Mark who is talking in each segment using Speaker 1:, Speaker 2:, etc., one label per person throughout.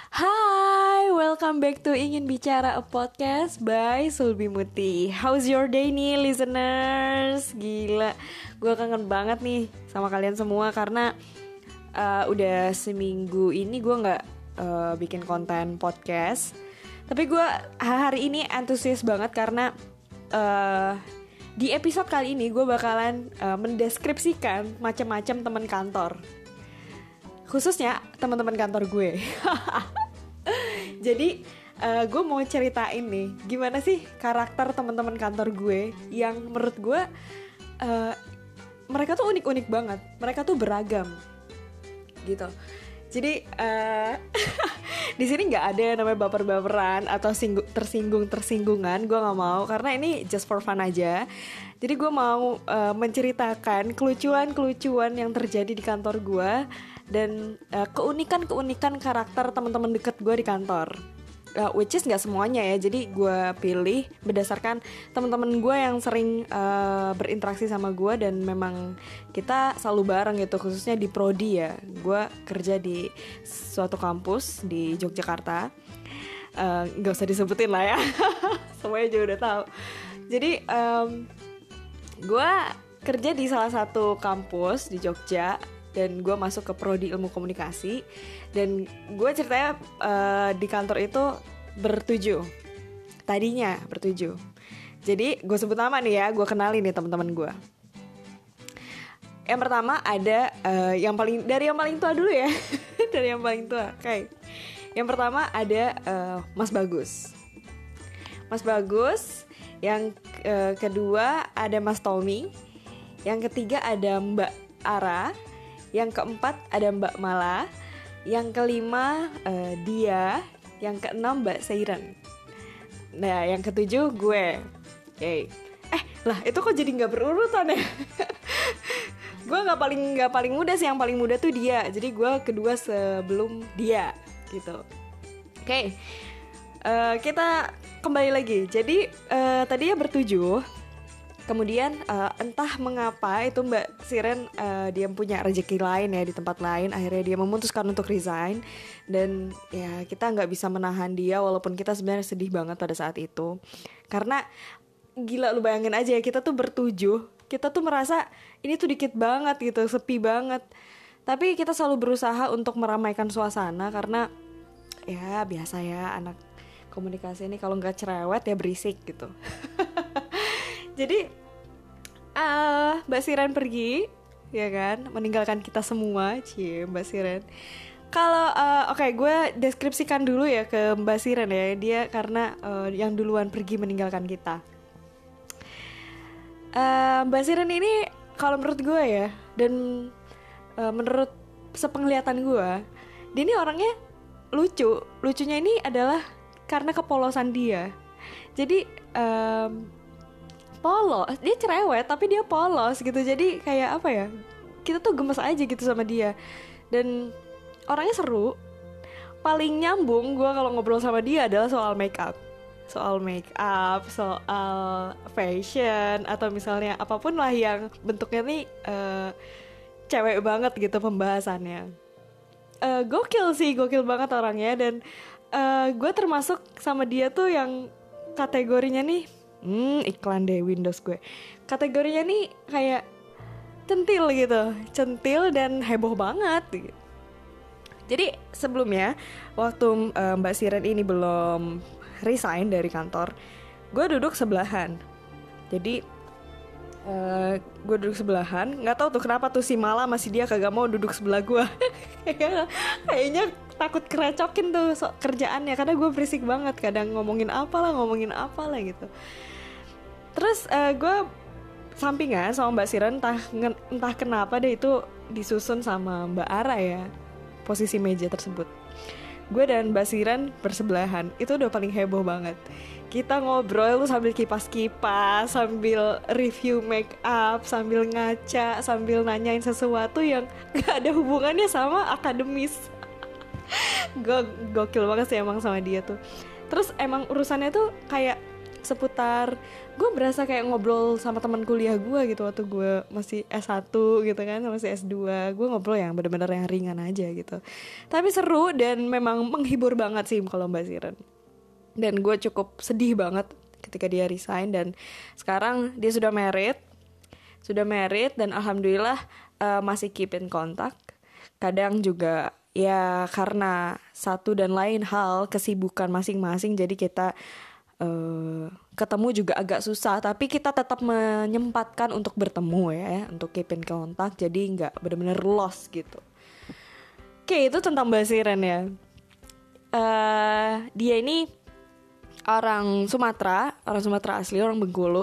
Speaker 1: Hai, welcome back to Ingin Bicara, a podcast by Sulbi Muti. How's your day nih listeners? Gila, gue kangen banget nih sama kalian semua karena udah seminggu ini gue gak bikin konten podcast. Tapi gue hari ini antusias banget karena di episode kali ini gue bakalan mendeskripsikan macam-macam teman kantor. Khususnya teman-teman kantor gue. Jadi gue mau ceritain nih gimana sih karakter teman-teman kantor gue yang menurut gue mereka tuh unik-unik banget, mereka tuh beragam gitu. Jadi di sini nggak ada yang namanya baper-baperan atau tersinggungan, gue nggak mau karena ini just for fun aja. Jadi gue mau menceritakan kelucuan yang terjadi di kantor gue dan keunikan karakter teman-teman deket gue di kantor. Which is nggak semuanya ya, jadi gue pilih berdasarkan teman-teman gue yang sering berinteraksi sama gue dan memang kita selalu bareng gitu, khususnya di prodi ya. Gue kerja di suatu kampus di Yogyakarta, nggak usah disebutin lah ya, semuanya juga udah tahu. Jadi gue kerja di salah satu kampus di Jogja dan gue masuk ke prodi ilmu komunikasi. Dan gue ceritanya di kantor itu tadinya bertujuh. Jadi gue sebut nama nih ya, gue kenalin nih teman-teman gue. Yang pertama ada dari yang paling tua dulu ya. Dari yang paling tua. Oke. Yang pertama ada Mas Bagus. Yang kedua ada Mas Tommy. Yang ketiga ada Mbak Ara. Yang keempat ada Mbak Mala. Yang kelima Dia. Yang keenam Mbak Seiran. Nah yang ketujuh gue. Oke. Lah itu kok jadi gak berurutan ya. Gue gak paling muda sih. Yang paling muda tuh Dia. Jadi gue kedua sebelum Dia gitu. Oke. Kita kembali lagi. Jadi tadi ya bertujuh. Kemudian entah mengapa itu Mbak Siren dia punya rezeki lain ya di tempat lain. Akhirnya dia memutuskan untuk resign. Dan ya kita gak bisa menahan dia, walaupun kita sebenarnya sedih banget pada saat itu. Karena gila, lu bayangin aja ya, kita tuh bertujuh. Kita tuh merasa ini tuh dikit banget gitu, sepi banget. Tapi kita selalu berusaha untuk meramaikan suasana. Karena ya biasa ya, anak komunikasi ini kalau gak cerewet ya berisik gitu. Jadi Mbak Siren pergi, ya kan, meninggalkan kita semua. Mbak Siren. Kalau gue deskripsikan dulu ya ke Mbak Siren ya. Dia karena yang duluan pergi meninggalkan kita. Mbak Siren ini kalau menurut gue ya, dan menurut sepenglihatan gue, dia ini orangnya lucu. Lucunya ini adalah karena kepolosan dia. Jadi polos, dia cerewet tapi dia polos gitu. Jadi kayak apa ya, kita tuh gemes aja gitu sama dia. Dan orangnya seru. Paling nyambung gue kalau ngobrol sama dia adalah soal make up, soal fashion, atau misalnya apapun lah yang bentuknya nih cewek banget gitu pembahasannya. Gokil banget orangnya. Dan gue termasuk sama dia tuh yang kategorinya nih, iklan deh Windows gue. Kategorinya nih kayak centil dan heboh banget gitu. Jadi sebelumnya waktu Mbak Siren ini belum resign dari kantor, gue duduk sebelahan. Jadi gue duduk sebelahan. Nggak tahu tuh kenapa tuh si Mala masih dia kagak mau duduk sebelah gue. Kayaknya takut kerecokin tuh kerjaannya, karena gue berisik banget. Kadang ngomongin apalah gitu. Terus gue sampingan sama Mbak Siren, entah kenapa deh itu disusun sama Mbak Ara ya, posisi meja tersebut. Gue dan Mbak Siren bersebelahan. Itu udah paling heboh banget. Kita ngobrol tuh sambil kipas-kipas, sambil review make up, sambil ngaca, sambil nanyain sesuatu yang gak ada hubungannya sama akademis. Gue gokil banget sih emang sama dia tuh. Terus emang urusannya tuh kayak seputar gue berasa kayak ngobrol sama teman kuliah gue gitu waktu gue masih S1 gitu kan, masih S2. Gue ngobrol yang benar-benar yang ringan aja gitu. Tapi seru dan memang menghibur banget sih kalau Mbak Siren. Dan gue cukup sedih banget ketika dia resign, dan sekarang dia sudah married dan alhamdulillah masih keep in contact. Kadang juga ya karena satu dan lain hal kesibukan masing-masing, jadi kita ketemu juga agak susah, tapi kita tetap menyempatkan untuk bertemu ya, untuk keep in contact, jadi nggak benar-benar lost gitu. Oke, itu tentang Mbak Siren ya. Dia ini orang Sumatera asli, orang Bengkulu.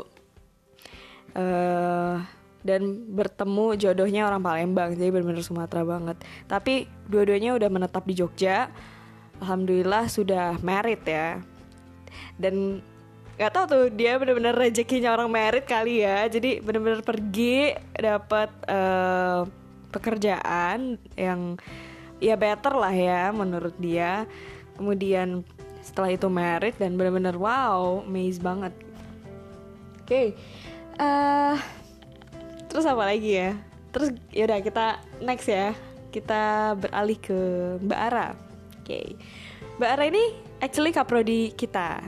Speaker 1: Dan bertemu jodohnya orang Palembang, jadi benar-benar Sumatera banget. Tapi dua-duanya udah menetap di Jogja. Alhamdulillah sudah married ya. Dan gak tahu tuh, dia benar-benar rezekinya orang married kali ya. Jadi benar-benar pergi dapat pekerjaan yang ya better lah ya menurut dia. Kemudian setelah itu married dan benar-benar wow, amazed banget. Oke. Terus apa lagi ya? Terus yaudah kita next ya. Kita beralih ke Mbak Ara. Oke. Mbak Ara ini actually kaprodi kita.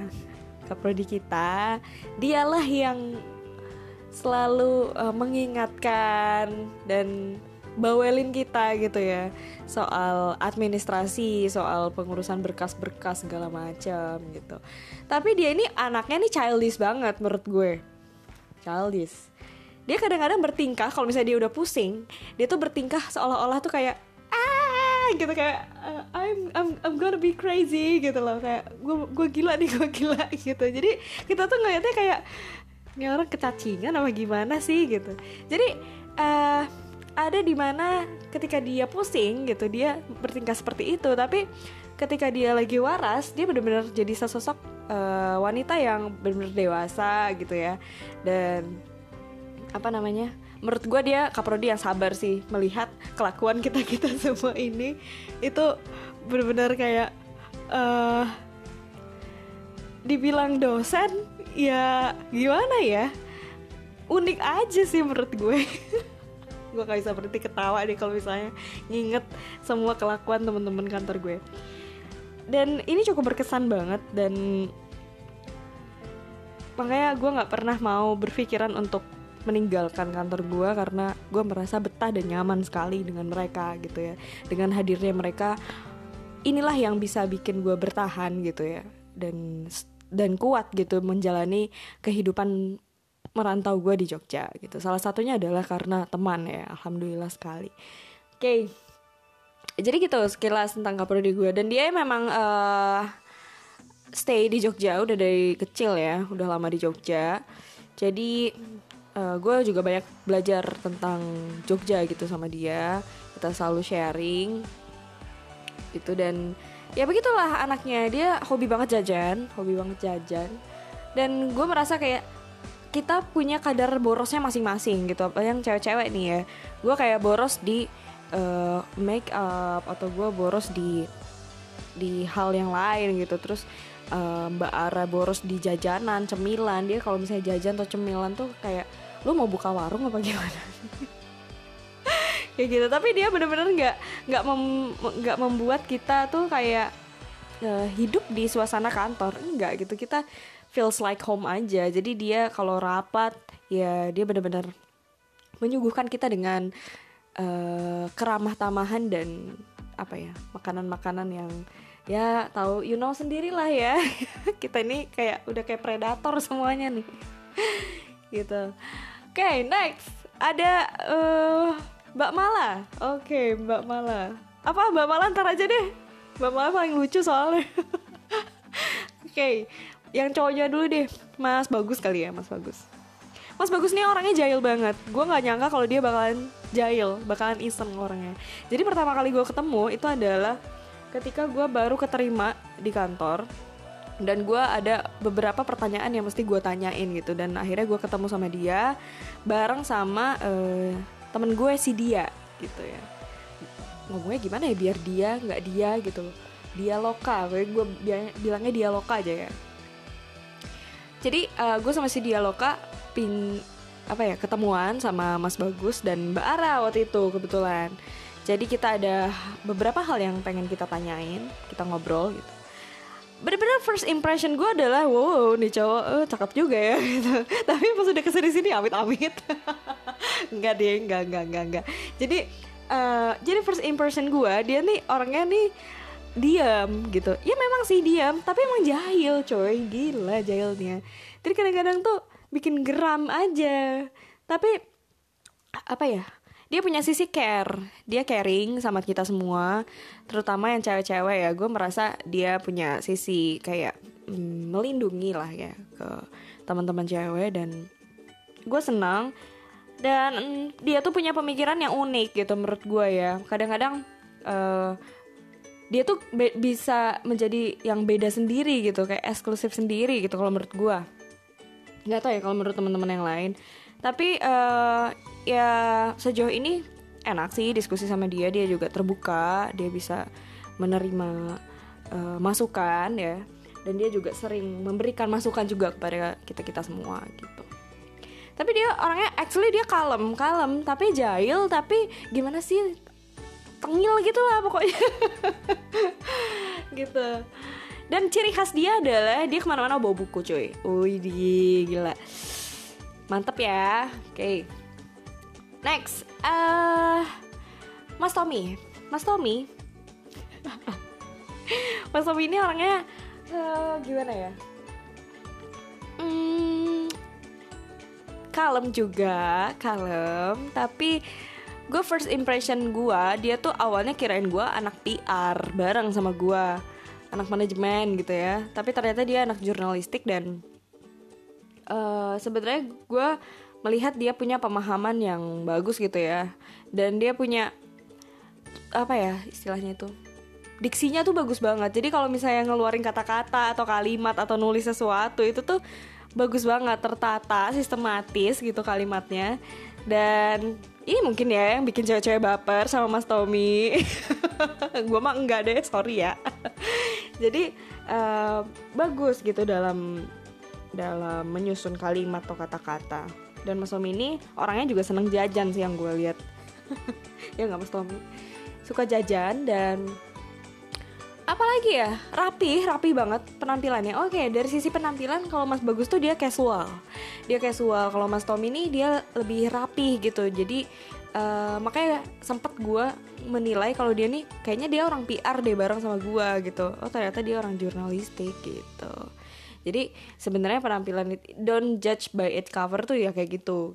Speaker 1: Dialah yang selalu mengingatkan dan bawelin kita gitu ya, soal administrasi, soal pengurusan berkas-berkas segala macam gitu. Tapi dia ini anaknya nih childish banget menurut gue. Childish. Dia kadang-kadang bertingkah, kalau misalnya dia udah pusing, dia tuh bertingkah seolah-olah tuh kayak gitu, kayak I'm gonna be crazy gitu loh, kayak gue gila gitu. Jadi kita tuh ngeliatnya kayak ini orang kecacingan apa gimana sih gitu. Jadi ada di mana ketika dia pusing gitu dia bertingkah seperti itu, tapi ketika dia lagi waras dia benar-benar jadi sesosok wanita yang benar-benar dewasa gitu ya. Dan menurut gue dia kaprodi yang sabar sih, melihat kelakuan kita semua ini. Itu benar-benar kayak dibilang dosen ya gimana ya, unik aja sih menurut gue. Gue gak bisa berhenti ketawa deh kalau misalnya nginget semua kelakuan teman-teman kantor gue. Dan ini cukup berkesan banget, dan makanya gue gak pernah mau berpikiran untuk meninggalkan kantor gue, karena gue merasa betah dan nyaman sekali dengan mereka gitu ya. Dengan hadirnya mereka, inilah yang bisa bikin gue bertahan gitu ya, dan kuat gitu menjalani kehidupan merantau gue di Jogja gitu. Salah satunya adalah karena teman ya, alhamdulillah sekali. Oke. Jadi gitu sekilas tentang kaprodi gue. Dan dia memang stay di Jogja udah dari kecil ya, udah lama di Jogja. Jadi gue juga banyak belajar tentang Jogja gitu sama dia. Kita selalu sharing gitu, dan ya begitulah anaknya. Dia hobi banget jajan. Dan gue merasa kayak kita punya kadar borosnya masing-masing gitu. Apa yang cewek-cewek nih ya, gue kayak boros di make up, atau gue boros di hal yang lain gitu. Terus Mbak Ara boros di jajanan, cemilan. Dia kalau misalnya jajan atau cemilan tuh kayak lu mau buka warung apa gimana? Kayak gitu. Tapi dia benar-benar nggak membuat kita tuh kayak hidup di suasana kantor, enggak gitu. Kita feels like home aja. Jadi dia kalau rapat ya dia benar-benar menyuguhkan kita dengan keramah tamahan dan makanan-makanan yang ya tahu sendirilah ya. Kita ini kayak udah kayak predator semuanya nih. Gitu. Oke, next ada Mbak Mala. Oke, Mbak Mala. Apa Mbak Mala ntar aja deh. Mbak Mala paling lucu soalnya. Oke, yang cowoknya dulu deh, Mas Bagus kali ya, Mas Bagus. Mas Bagus nih orangnya jahil banget. Gue nggak nyangka kalau dia bakalan jahil, bakalan iseng orangnya. Jadi pertama kali gue ketemu itu adalah ketika gue baru keterima di kantor, dan gue ada beberapa pertanyaan yang mesti gue tanyain gitu. Dan akhirnya gue ketemu sama dia bareng sama temen gue si Dia gitu ya. Ngomongnya gimana ya biar dia nggak dia gitu loh. Dia loka, gue bilangnya dia loka aja ya. Jadi gue sama si Dialoka ketemuan sama Mas Bagus dan Mbak Ara waktu itu kebetulan. Jadi kita ada beberapa hal yang pengen kita tanyain, kita ngobrol gitu. Bener-bener first impression gue adalah wow nih cowok cakep juga ya gitu. Tapi pas udah kesini amit-amit. Enggak. Jadi first impression gue, dia nih orangnya nih diam gitu. Ya memang sih diam, tapi emang jahil coy, gila jahilnya. Jadi kadang-kadang tuh bikin geram aja. Tapi apa ya, dia punya sisi care, dia caring sama kita semua, terutama yang cewek-cewek ya. Gue merasa dia punya sisi kayak melindungi lah ya ke teman-teman cewek, dan gue senang. Dan dia tuh punya pemikiran yang unik gitu menurut gue ya. Kadang-kadang dia tuh bisa menjadi yang beda sendiri gitu, kayak eksklusif sendiri gitu kalau menurut gue. Nggak tahu ya kalau menurut teman-teman yang lain. Tapi ya sejauh ini enak sih diskusi sama dia. Dia juga terbuka, dia bisa menerima masukan ya. Dan dia juga sering memberikan masukan juga kepada kita semua gitu. Tapi dia orangnya actually dia kalem, tapi jahil, tapi gimana sih, tengil gitu lah pokoknya. Gitu. Dan ciri khas dia adalah dia kemana-mana bawa buku cuy. Wih gila, mantep ya. Oke. Next, Mas Tommy. Mas Tommy ini orangnya gimana ya? Kalem juga, tapi gue first impression gue, dia tuh awalnya kirain gue anak PR bareng sama gue, anak manajemen gitu ya. Tapi ternyata dia anak jurnalistik, dan sebenarnya gue melihat dia punya pemahaman yang bagus gitu ya. Dan dia punya apa ya istilahnya itu, diksinya tuh bagus banget. Jadi kalau misalnya ngeluarin kata-kata atau kalimat atau nulis sesuatu itu tuh bagus banget, tertata, sistematis gitu kalimatnya. Dan ini mungkin ya yang bikin cewek-cewek baper sama Mas Tommy. Gue mah enggak deh, sorry ya. Jadi bagus gitu dalam menyusun kalimat atau kata-kata. Dan Mas Tommy ini orangnya juga seneng jajan sih yang gue lihat. Ya nggak Mas Tommy? Suka jajan, dan apalagi ya, rapi banget penampilannya. Oke, dari sisi penampilan kalau Mas Bagus tuh dia casual. Kalau Mas Tommy ini dia lebih rapi gitu. Jadi makanya sempet gue menilai kalau dia nih kayaknya dia orang PR deh bareng sama gue gitu. Oh ternyata dia orang jurnalistik gitu. Jadi sebenarnya penampilan don't judge by its cover tuh ya kayak gitu.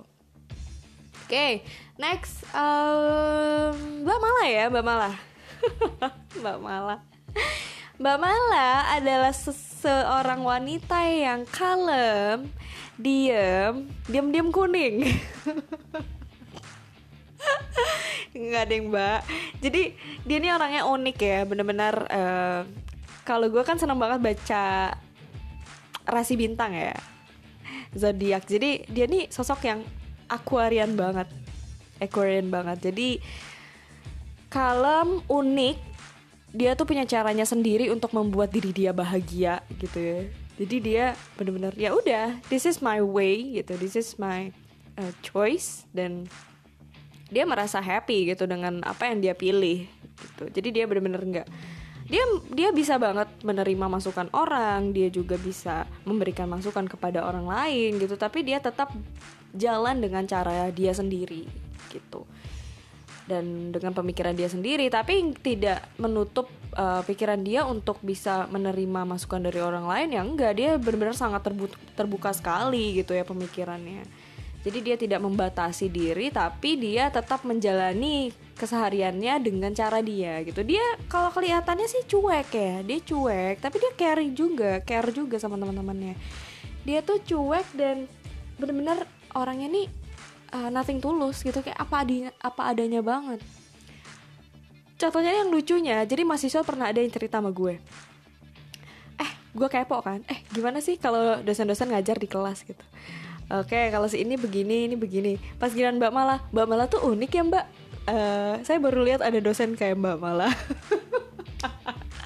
Speaker 1: Oke, next Mbak Mala. Mbak Mala adalah seorang wanita yang kalem, diam kuning. Enggak deh Mbak. Jadi dia ini orangnya unik ya, benar-benar. Kalau gue kan senang banget baca rasi bintang ya, zodiak. Jadi dia nih sosok yang Aquarian banget. Jadi kalem, unik. Dia tuh punya caranya sendiri untuk membuat diri dia bahagia gitu ya. Jadi dia benar-benar ya udah, this is my way gitu, this is my choice, dan dia merasa happy gitu dengan apa yang dia pilih gitu. Jadi dia benar-benar dia bisa banget menerima masukan orang, dia juga bisa memberikan masukan kepada orang lain gitu, tapi dia tetap jalan dengan cara dia sendiri gitu. Dan dengan pemikiran dia sendiri, tapi tidak menutup pikiran dia untuk bisa menerima masukan dari orang lain. Ya enggak, dia benar-benar sangat terbuka sekali gitu ya pemikirannya. Jadi dia tidak membatasi diri, tapi dia tetap menjalani kesehariannya dengan cara dia gitu. Dia kalau kelihatannya sih cuek ya, dia cuek, tapi dia care juga sama teman-temannya. Dia tuh cuek dan benar-benar orangnya nih nothing tulus gitu, kayak apa adanya banget. Contohnya yang lucunya, jadi mahasiswa pernah ada yang cerita sama gue, gue kepo kan, gimana sih kalau dosen-dosen ngajar di kelas gitu. Oke, kalau si ini begini. Pas giliran Mbak Mala tuh unik ya Mbak. Saya baru lihat ada dosen kayak Mbak Mala.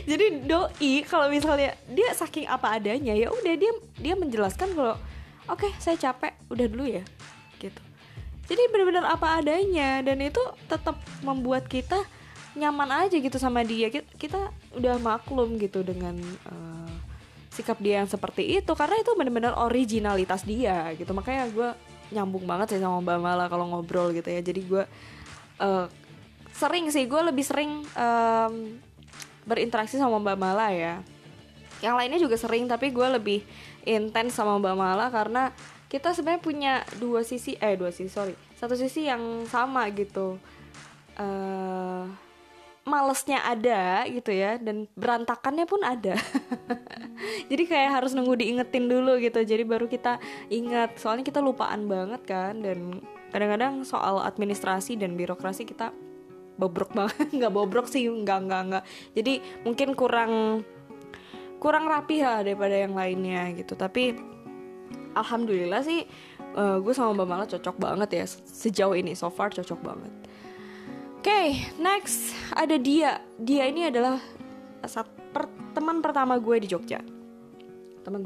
Speaker 1: Jadi doi kalau misalnya dia saking apa adanya, ya udah dia menjelaskan kalau oke, saya capek, udah dulu ya gitu. Jadi benar-benar apa adanya, dan itu tetap membuat kita nyaman aja gitu sama dia. Kita udah maklum gitu dengan sikap dia yang seperti itu, karena itu benar-benar originalitas dia gitu. Makanya gue nyambung banget sih sama Mbak Mala kalau ngobrol gitu ya. Jadi gue gue lebih sering berinteraksi sama Mbak Mala ya. Yang lainnya juga sering, tapi gue lebih intens sama Mbak Mala karena kita sebenarnya punya satu sisi yang sama gitu. Malesnya ada gitu ya, dan berantakannya pun ada. Jadi kayak harus nunggu diingetin dulu gitu, jadi baru kita ingat. Soalnya kita lupaan banget kan, dan kadang-kadang soal administrasi dan birokrasi kita bobrok banget. Nggak bobrok sih, nggak. Jadi mungkin kurang rapi lah daripada yang lainnya gitu. Tapi alhamdulillah sih gue sama Mbak Mala cocok banget ya sejauh ini, so far cocok banget. Oke, next ada dia. Dia ini adalah teman pertama gue di Jogja. Teman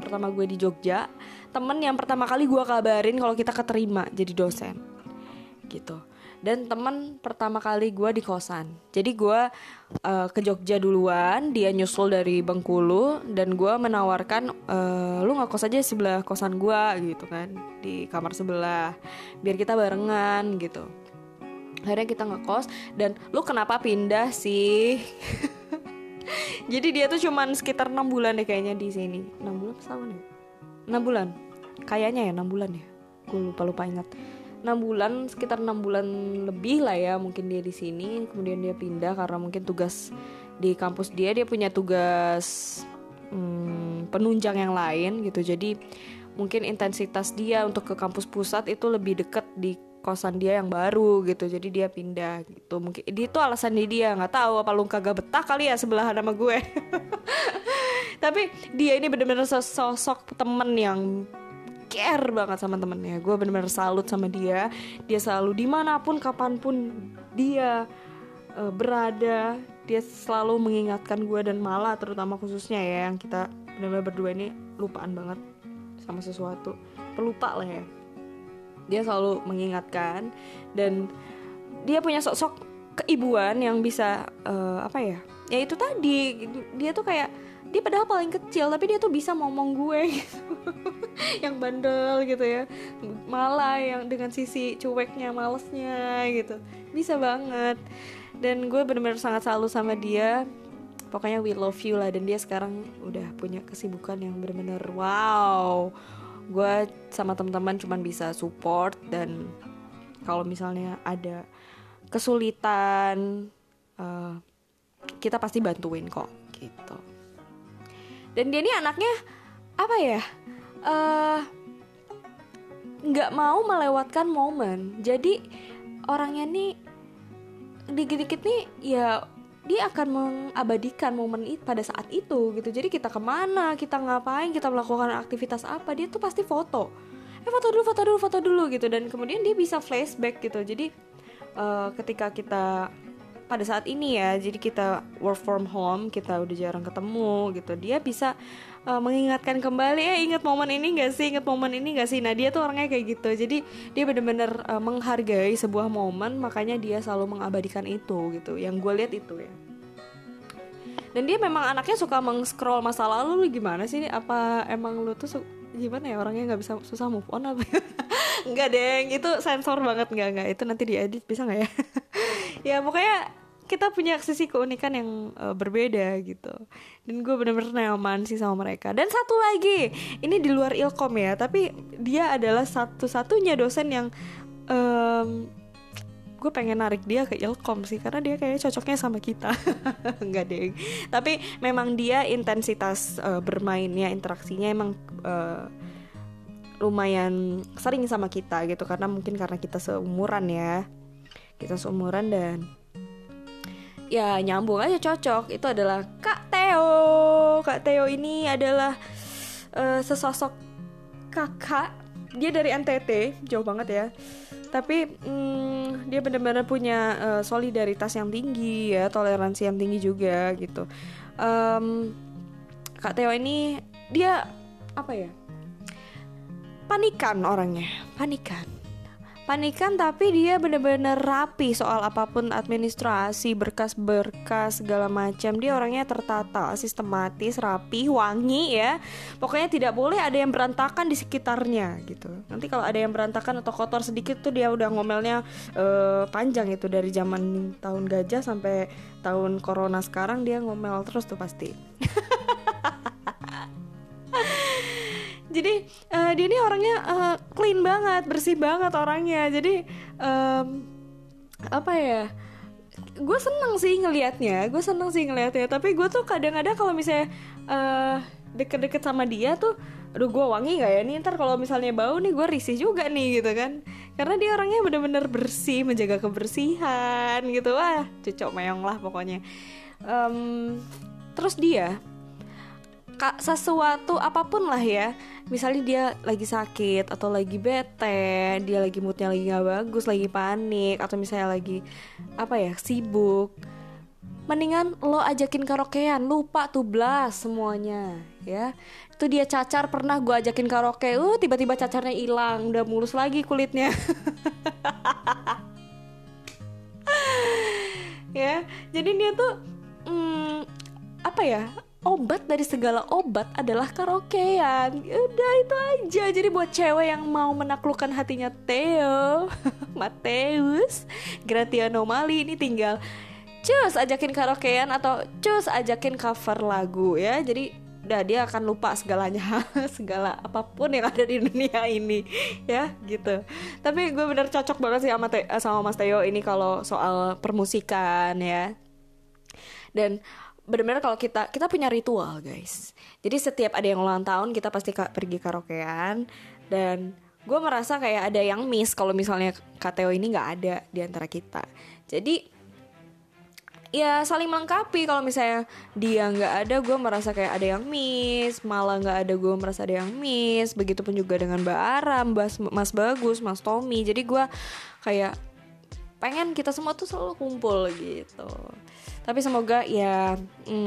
Speaker 1: yang pertama kali gue kabarin kalau kita keterima jadi dosen gitu. Dan teman pertama kali gue di kosan. Jadi gue ke Jogja duluan, dia nyusul dari Bengkulu, dan gue menawarkan lu ngekos aja sebelah kosan gue gitu kan, di kamar sebelah, biar kita barengan gitu. Akhirnya kita ngekos, dan lu kenapa pindah sih? Jadi dia tuh cuman sekitar 6 bulan deh kayaknya di sini. 6 bulan setahun ya? 6 bulan. Kayaknya ya 6 bulan ya. Gue lupa ingat. 6 bulan, sekitar 6 bulan lebih lah ya mungkin dia di sini. Kemudian dia pindah karena mungkin tugas di kampus dia punya tugas penunjang yang lain gitu. Jadi mungkin intensitas dia untuk ke kampus pusat itu lebih dekat di kosan dia yang baru gitu. Jadi dia pindah gitu. Mungkin itu alasan dia, nggak tahu apa lu kagak betah kali ya sebelahan sama gue. Tapi dia ini benar-benar sosok temen yang care banget sama temennya. Gue benar-benar salut sama dia. Dia selalu dimanapun kapanpun dia berada, dia selalu mengingatkan gue dan Mala terutama khususnya ya, yang kita benar-benar berdua ini lupaan banget sama sesuatu, pelupa lah ya. Dia selalu mengingatkan, dan dia punya sosok keibuan yang bisa ya itu tadi, dia tuh kayak, dia padahal paling kecil tapi dia tuh bisa ngomong gue gitu. Yang bandel gitu ya, Malah yang dengan sisi cueknya, malesnya gitu, bisa banget. Dan gue benar-benar sangat salut sama dia. Pokoknya we love you lah. Dan dia sekarang udah punya kesibukan yang benar-benar wow. Gue sama teman-teman cuman bisa support, dan kalau misalnya ada kesulitan kita pasti bantuin kok gitu. Dan dia ini anaknya apa ya, nggak mau melewatkan momen. Jadi orangnya nih dikit-dikit nih ya dia akan mengabadikan momen itu pada saat itu gitu. Jadi kita kemana, kita ngapain, kita melakukan aktivitas apa, dia tuh pasti foto dulu gitu. Dan kemudian dia bisa flashback gitu. Jadi ketika kita pada saat ini ya, jadi kita work from home, kita udah jarang ketemu gitu, dia bisa mengingatkan kembali, ingat momen ini gak sih. Nah dia tuh orangnya kayak gitu. Jadi dia benar-benar menghargai sebuah momen, makanya dia selalu mengabadikan itu gitu. Yang gue lihat itu ya. Dan dia memang anaknya suka meng-scroll masa lalu. Lu gimana sih? Apa emang lu tuh gimana ya, orangnya gak bisa susah move on apa? Enggak deng, itu sensor banget. Enggak, itu nanti diedit bisa gak ya? Ya pokoknya kita punya sisi keunikan yang berbeda gitu. Dan gue bener-bener nyaman sih sama mereka. Dan satu lagi, ini di luar Ilkom ya, tapi dia adalah satu-satunya dosen yang gue pengen narik dia ke Ilkom sih, karena dia kayaknya cocoknya sama kita. Enggak deh. Tapi memang dia intensitas bermainnya, interaksinya emang lumayan sering sama kita gitu. Karena mungkin karena kita seumuran ya. Kita seumuran dan ya nyambung aja, cocok. Itu adalah Kak Theo ini adalah sesosok kakak. Dia dari NTT, jauh banget ya. Tapi dia benar-benar punya solidaritas yang tinggi ya, toleransi yang tinggi juga gitu. Kak Theo ini dia apa ya? Panikan orangnya, panikan tapi dia benar-benar rapi soal apapun, administrasi, berkas-berkas segala macam. Dia orangnya tertata, sistematis, rapi, wangi ya. Pokoknya tidak boleh ada yang berantakan di sekitarnya gitu. Nanti kalau ada yang berantakan atau kotor sedikit tuh dia udah ngomelnya panjang itu, dari zaman tahun gajah sampai tahun corona sekarang dia ngomel terus tuh pasti. Jadi dia ini orangnya clean banget, bersih banget orangnya. Jadi apa ya? Gue seneng sih ngelihatnya. Tapi gue tuh kadang-kadang kalau misalnya deket-deket sama dia tuh, aduh gue wangi nggak ya nih? Ntar kalau misalnya bau nih gue risih juga nih gitu kan. Karena dia orangnya benar-benar bersih, menjaga kebersihan gitu. Wah, cucok meong lah pokoknya. Terus dia sesuatu apapun lah ya, misalnya dia lagi sakit atau lagi bete, dia lagi moodnya lagi gak bagus, lagi panik, atau misalnya lagi apa ya, sibuk, mendingan lo ajakin karaokean, lupa tuh blast semuanya ya. Itu dia cacar, pernah gue ajakin karaoke, tiba-tiba cacarnya hilang, udah mulus lagi kulitnya. Ya, jadi dia tuh apa ya, obat dari segala obat adalah karaokean. Udah itu aja. Jadi buat cewek yang mau menaklukkan hatinya Theo Mateus Gratiano Mali, ini tinggal cus ajakin karaokean atau cus ajakin cover lagu ya. Jadi udah dia akan lupa segalanya, segala apapun yang ada di dunia ini ya gitu. Tapi gue bener cocok banget sih sama Mas Theo ini kalau soal permusikan ya. Dan benar-benar kalau kita punya ritual guys. Jadi setiap ada yang ulang tahun kita pasti pergi karaokean. Dan gue merasa kayak ada yang miss kalau misalnya Kak Theo ini gak ada di antara kita. Jadi ya saling melengkapi. Kalau misalnya dia gak ada, gue merasa kayak ada yang miss. Malah gak ada, gue merasa ada yang miss. Begitupun juga dengan Mbak Aram, Mas Bagus, Mas Tommy. Jadi gue kayak pengen kita semua tuh selalu kumpul gitu. Tapi semoga ya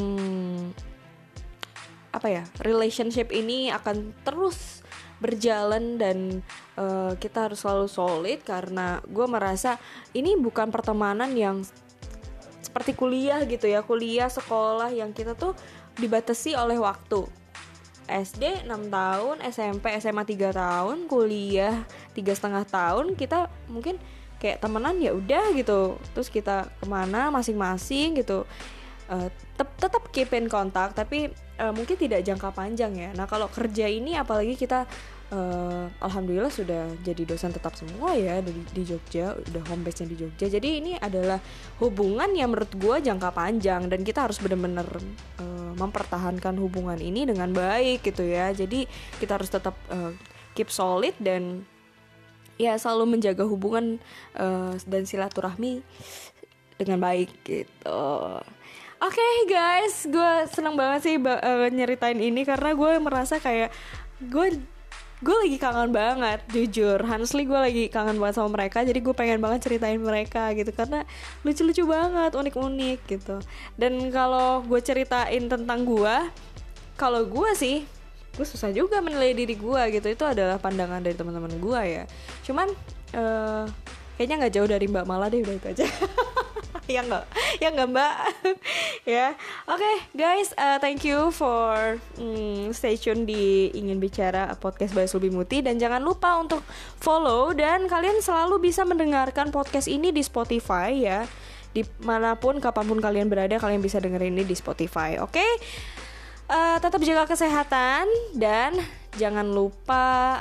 Speaker 1: apa ya, relationship ini akan terus berjalan dan kita harus selalu solid. Karena gue merasa ini bukan pertemanan yang seperti kuliah gitu ya, kuliah sekolah yang kita tuh dibatasi oleh waktu. SD 6 tahun, SMP SMA 3 tahun, kuliah 3,5 tahun, kita mungkin kayak temenan ya udah gitu, terus kita kemana masing-masing gitu, tetap keep in kontak, tapi mungkin tidak jangka panjang ya. Nah kalau kerja ini apalagi kita alhamdulillah sudah jadi dosen tetap semua ya di Jogja, udah home base-nya di Jogja. Jadi ini adalah hubungan yang menurut gue jangka panjang dan kita harus benar-benar mempertahankan hubungan ini dengan baik gitu ya. Jadi kita harus tetap keep solid dan ya selalu menjaga hubungan dan silaturahmi dengan baik gitu. Oke, guys, gue seneng banget sih nyeritain ini karena gue merasa kayak gue lagi kangen banget, jujur. Honestly gue lagi kangen banget sama mereka. Jadi gue pengen banget ceritain mereka gitu karena lucu-lucu banget, unik-unik gitu. Dan kalau gue ceritain tentang kalau gue sih, gue susah juga menilai diri gue gitu. Itu adalah pandangan dari teman-teman gue ya. Cuman kayaknya nggak jauh dari Mbak Mala deh, udah itu aja. ya nggak Mbak. Ya, oke, guys, thank you for stay tune di Ingin Bicara podcast by Sulbi Muti. Dan jangan lupa untuk follow, dan kalian selalu bisa mendengarkan podcast ini di Spotify ya. Dimanapun, kapanpun kalian berada, kalian bisa dengerin ini di Spotify. Oke? Tetap jaga kesehatan dan jangan lupa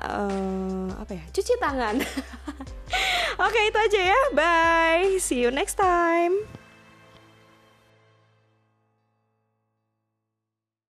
Speaker 1: cuci tangan. Oke, itu aja ya. Bye. See you next time.